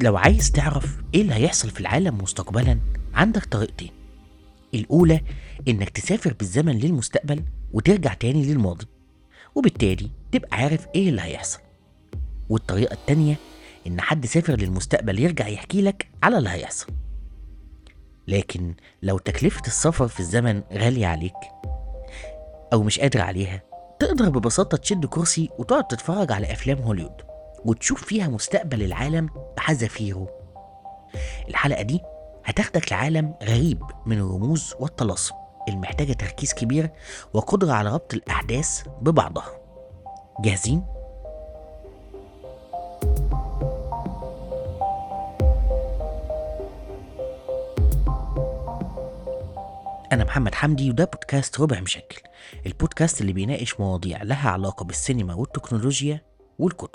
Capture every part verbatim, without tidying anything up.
لو عايز تعرف ايه اللي هيحصل في العالم مستقبلا، عندك طريقتين. الأولى إنك تسافر بالزمن للمستقبل وترجع تاني للماضي، وبالتالي تبقى عارف ايه اللي هيحصل. والطريقة التانية إن حد سافر للمستقبل يرجع يحكي لك على اللي هيحصل. لكن لو تكلفة السفر في الزمن غالية عليك أو مش قادر عليها، تقدر ببساطة تشد كرسي وتقعد تتفرج على أفلام هوليوود وتشوف فيها مستقبل العالم بحذافيره. الحلقة دي هتاخدك لعالم غريب من الرموز والطلاسم المحتاجة تركيز كبير وقدرة على ربط الأحداث ببعضها. جاهزين؟ أنا محمد حمدي، وده بودكاست ربع مشكل، البودكاست اللي بيناقش مواضيع لها علاقة بالسينما والتكنولوجيا والكتب.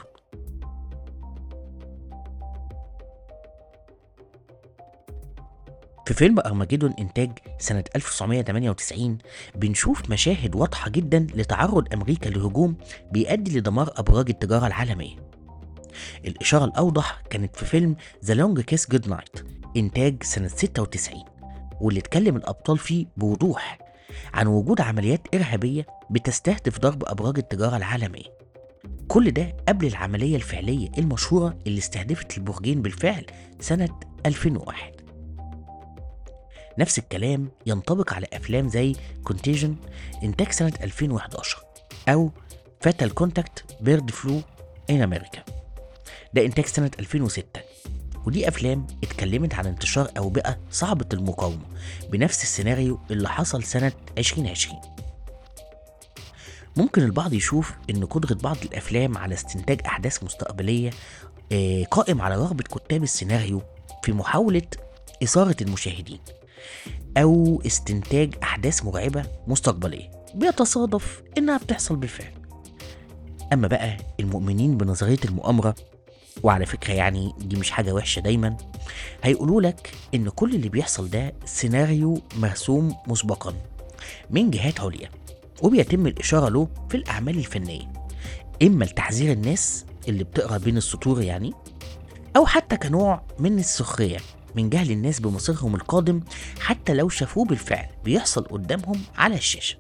في فيلم أرمجدون إنتاج سنة ألف وتسعمائة وثمانية وتسعين بنشوف مشاهد واضحة جدا لتعرض أمريكا لهجوم بيؤدي لدمار أبراج التجارة العالمية. الإشارة الأوضح كانت في فيلم The Long Kiss Goodnight إنتاج سنة ستة وتسعين، واللي اتكلم الأبطال فيه بوضوح عن وجود عمليات إرهابية بتستهدف ضرب أبراج التجارة العالمية. كل ده قبل العملية الفعلية المشهورة اللي استهدفت البرجين بالفعل سنة ألفين وواحد. نفس الكلام ينطبق على أفلام زي Contagion إنتاج سنة ألفين وأحد عشر أو Fatal Contact Bird Flu in America ده إنتاج سنة ألفين وستة، ودي أفلام اتكلمت عن انتشار أوبئة صعبة المقاومة بنفس السيناريو اللي حصل سنة عشرين عشرين. ممكن البعض يشوف إن قدرة بعض الأفلام على استنتاج أحداث مستقبلية قائم على رغبة كتاب السيناريو في محاولة إثارة المشاهدين أو استنتاج أحداث مرعبة مستقبلية بيتصادف إنها بتحصل بالفعل. أما بقى المؤمنين بنظرية المؤامرة، وعلى فكرة يعني دي مش حاجة وحشة، دايما هيقولوا لك إن كل اللي بيحصل ده سيناريو مرسوم مسبقا من جهات عليا، وبيتم الإشارة له في الأعمال الفنية، إما لتحذير الناس اللي بتقرأ بين السطور يعني، أو حتى كنوع من السخرية من جهل الناس بمصيرهم القادم حتى لو شافوه بالفعل بيحصل قدامهم على الشاشة.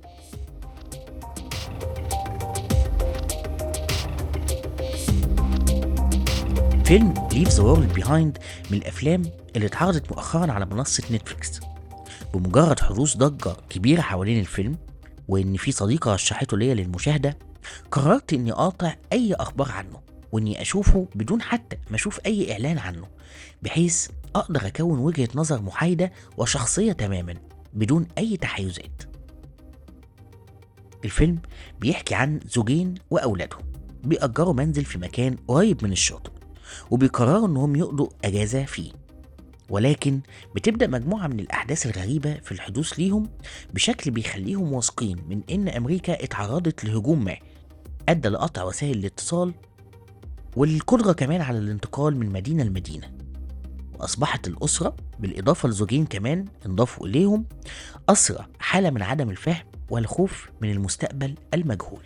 فيلم Leave the World Behind من الأفلام اللي اتعرضت مؤخرا على منصة نتفليكس. بمجرد حدوث ضجة كبيرة حوالين الفيلم وإن في صديقة رشحته ليا للمشاهدة، قررت إني أقاطع أي أخبار عنه وإني أشوفه بدون حتى ما أشوف أي إعلان عنه، بحيث أقدر أكون وجهة نظر محايدة وشخصية تماما بدون أي تحيزات. الفيلم بيحكي عن زوجين وأولادهم بيأجروا منزل في مكان قريب من الشاطئ، وبيقرروا إنهم يقضوا أجازة فيه، ولكن بتبدأ مجموعة من الأحداث الغريبة في الحدوث ليهم بشكل بيخليهم واثقين من إن أمريكا اتعرضت لهجوم ما أدى لقطع وسائل الاتصال والقدرة كمان على الانتقال من مدينة لمدينة. وأصبحت الأسرة بالإضافة لزوجين كمان انضافوا إليهم أسرى حالة من عدم الفهم والخوف من المستقبل المجهول.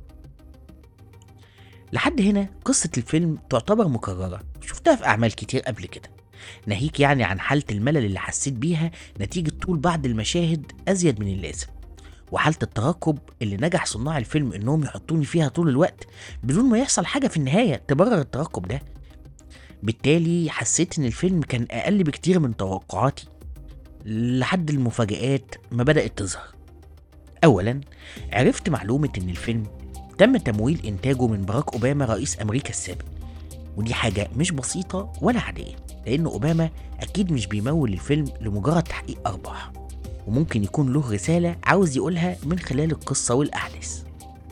لحد هنا قصة الفيلم تعتبر مكررة، شفتها في أعمال كتير قبل كده، ناهيك يعني عن حالة الملل اللي حسيت بيها نتيجة طول بعض المشاهد أزيد من اللازم، وحالة الترقب اللي نجح صناع الفيلم إنهم يحطوني فيها طول الوقت بدون ما يحصل حاجة في النهاية تبرر الترقب ده. بالتالي حسيت إن الفيلم كان أقل بكتير من توقعاتي لحد المفاجآت ما بدأت تظهر. أولا عرفت معلومة إن الفيلم تم تمويل إنتاجه من باراك أوباما رئيس أمريكا السابق، ودي حاجة مش بسيطة ولا عادية، لأن أوباما أكيد مش بيمول الفيلم لمجرد تحقيق أرباح، وممكن يكون له رسالة عاوز يقولها من خلال القصة والأحداث.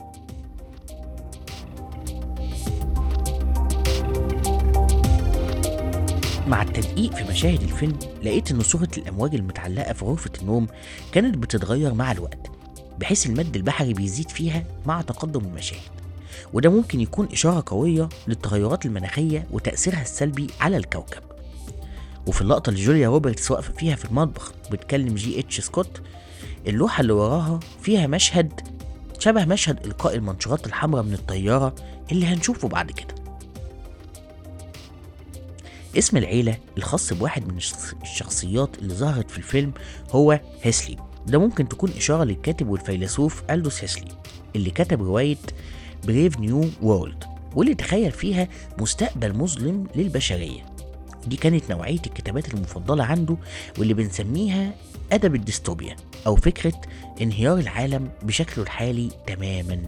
مع التدقيق في مشاهد الفيلم لقيت إن صورة الأمواج المتعلقة في غرفة النوم كانت بتتغير مع الوقت، بحيث المد البحري بيزيد فيها مع تقدم المشاهد، وده ممكن يكون إشارة قوية للتغيرات المناخية وتأثيرها السلبي على الكوكب. وفي اللقطة اللي جوليا روبرتس واقفة فيها في المطبخ بتكلم جي اتش سكوت، اللوحة اللي وراها فيها مشهد شبه مشهد إلقاء المنشورات الحمراء من الطيارة اللي هنشوفه بعد كده. اسم العيلة الخاص بواحد من الشخص- الشخصيات اللي ظهرت في الفيلم هو هيسلي. ده ممكن تكون إشارة للكاتب والفيلسوف ألدوس هيسلي اللي كتب رواية بريف نيو وورلد، واللي تخيل فيها مستقبل مظلم للبشرية. دي كانت نوعية الكتابات المفضلة عنده، واللي بنسميها أدب الديستوبيا أو فكرة انهيار العالم بشكله الحالي تماما.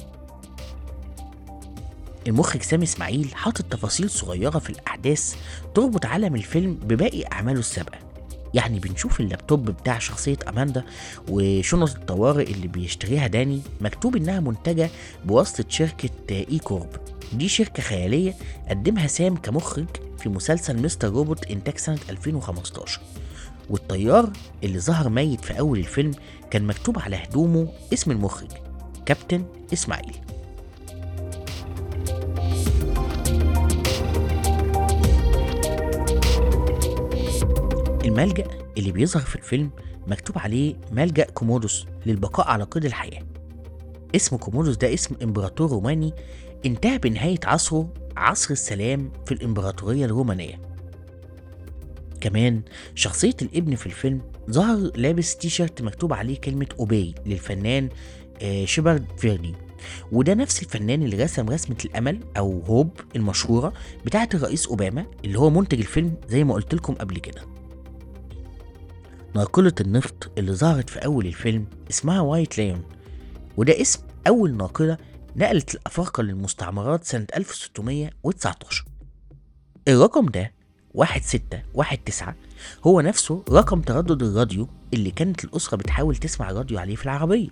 المخرج سامي اسماعيل حاطط تفاصيل صغيرة في الأحداث تربط عالم الفيلم بباقي أعماله السابقة. يعني بنشوف اللابتوب بتاع شخصية أماندا وشنط الطوارئ اللي بيشتريها داني مكتوب إنها منتجة بواسطة شركة إي كورب. دي شركة خيالية قدمها سام كمخرج في مسلسل مستر روبوت إنتاج سنة ألفين وخمستاشر. والطيار اللي ظهر ميت في أول الفيلم كان مكتوب على هدومه اسم المخرج كابتن إسماعيل. الملجأ اللي بيظهر في الفيلم مكتوب عليه ملجأ كومودوس للبقاء على قيد الحياة. اسم كومودوس ده اسم امبراطور روماني انتهى بنهاية عصره، عصر السلام في الامبراطورية الرومانية. كمان شخصية الابن في الفيلم ظهر لابس تيشيرت مكتوب عليه كلمة أوباي للفنان آه شيبارد فيردي، وده نفس الفنان اللي رسم رسمة الأمل أو هوب المشهورة بتاعة الرئيس أوباما اللي هو منتج الفيلم زي ما قلت لكم قبل كده. ناقلة النفط اللي ظهرت في أول الفيلم اسمها وايت لايون، وده اسم أول ناقلة نقلت الأفارقة للمستعمرات سنة ألف وستمية وتسعتاشر. الرقم ده واحد ستة واحد تسعة هو نفسه رقم تردد الراديو اللي كانت الأسرة بتحاول تسمع الراديو عليه في العربية.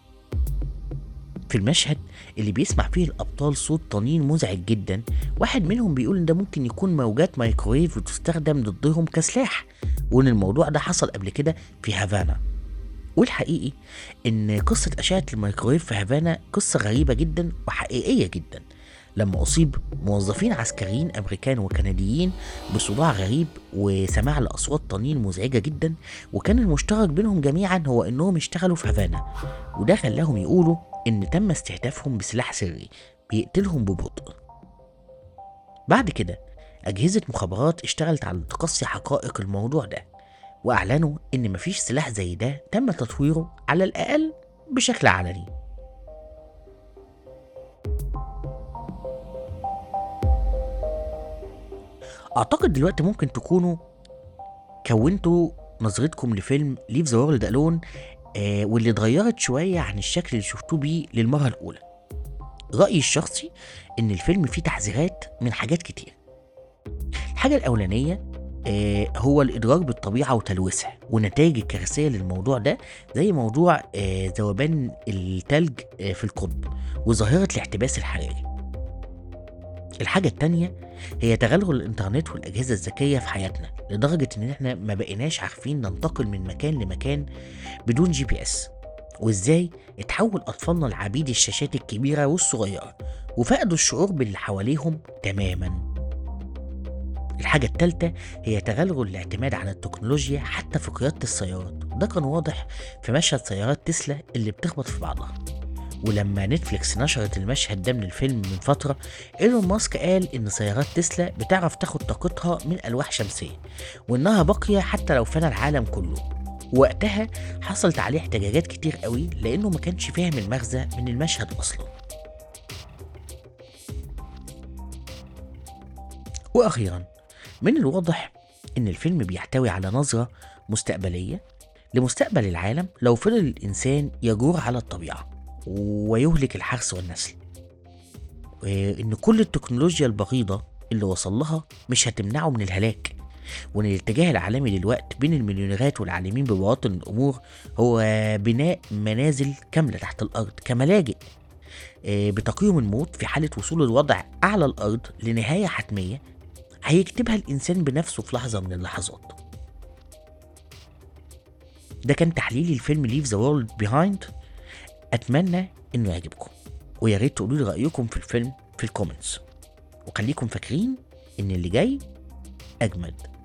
في المشهد اللي بيسمع فيه الأبطال صوت طنين مزعج جدا، واحد منهم بيقول إن ده ممكن يكون موجات مايكرويف وتستخدم ضدهم كسلاح، وإن الموضوع ده حصل قبل كده في هافانا. والحقيقي إن قصة أشعة الميكرويف في هافانا قصة غريبة جدا وحقيقية جدا، لما أصيب موظفين عسكريين أمريكان وكنديين بصداع غريب وسماع لأصوات طنين مزعجة جدا، وكان المشترك بينهم جميعا هو إنهم اشتغلوا في هافانا، وده خلاهم يقولوا إن تم استهدافهم بسلاح سري بيقتلهم ببطء. بعد كده أجهزة مخابرات اشتغلت على تقصي حقائق الموضوع ده، وأعلنوا إن مفيش سلاح زي ده تم تطويره على الأقل بشكل علني. أعتقد دلوقتي ممكن تكونوا كونتوا نظرتكم لفيلم ليف ذا وورلد ألون آه واللي اتغيرت شوية عن الشكل اللي شفتوه بيه للمرة الأولى. رأيي الشخصي إن الفيلم فيه تحذيرات من حاجات كتير. الحاجة الأولانية آه هو الإضرار بالطبيعة وتلوثها والنتائج الكارثية للموضوع ده، زي موضوع آه ذوبان التلج آه في القطب وظاهرة الاحتباس الحراري. الحاجة التانية هي تغلغل الإنترنت والأجهزة الذكية في حياتنا لدرجة إن إحنا ما بقيناش عارفين ننتقل من مكان لمكان بدون جي بي إس، وإزاي اتحول أطفالنا لعبيد الشاشات الكبيرة والصغيرة وفقدوا الشعور باللي حواليهم تماما. الحاجة التالتة هي تغلغل الاعتماد على التكنولوجيا حتى في قيادة السيارات، ده كان واضح في مشهد سيارات تسلا اللي بتخبط في بعضها. ولما نتفليكس نشرت المشهد ده من الفيلم من فترة، إيلون ماسك قال إن سيارات تسلا بتعرف تاخد طاقتها من ألواح شمسية وإنها باقية حتى لو فنى العالم كله. وقتها حصلت عليه احتجاجات كتير قوي لأنه ما كانش فاهم المغزى من المشهد أصلا. وأخيرا من الواضح إن الفيلم بيحتوي على نظرة مستقبلية لمستقبل العالم لو فضل الإنسان يجور على الطبيعة ويهلك الحرث والنسل، وإن كل التكنولوجيا البغيضة اللي وصل لها مش هتمنعه من الهلاك، وإن الاتجاه العالمي دلوقتي بين المليونيرات والعالمين ببواطن الأمور هو بناء منازل كاملة تحت الأرض كملاجئ بتقييم الموت في حالة وصول الوضع أعلى الأرض لنهاية حتمية هيكتبها الإنسان بنفسه في لحظة من اللحظات. ده كان تحليلي الفيلم Leave the World Behind. أتمنى إنه يعجبكم، ويا ريت تقولوا لي رأيكم في الفيلم في الكومنتس، وخليكم فاكرين إن اللي جاي أجمد.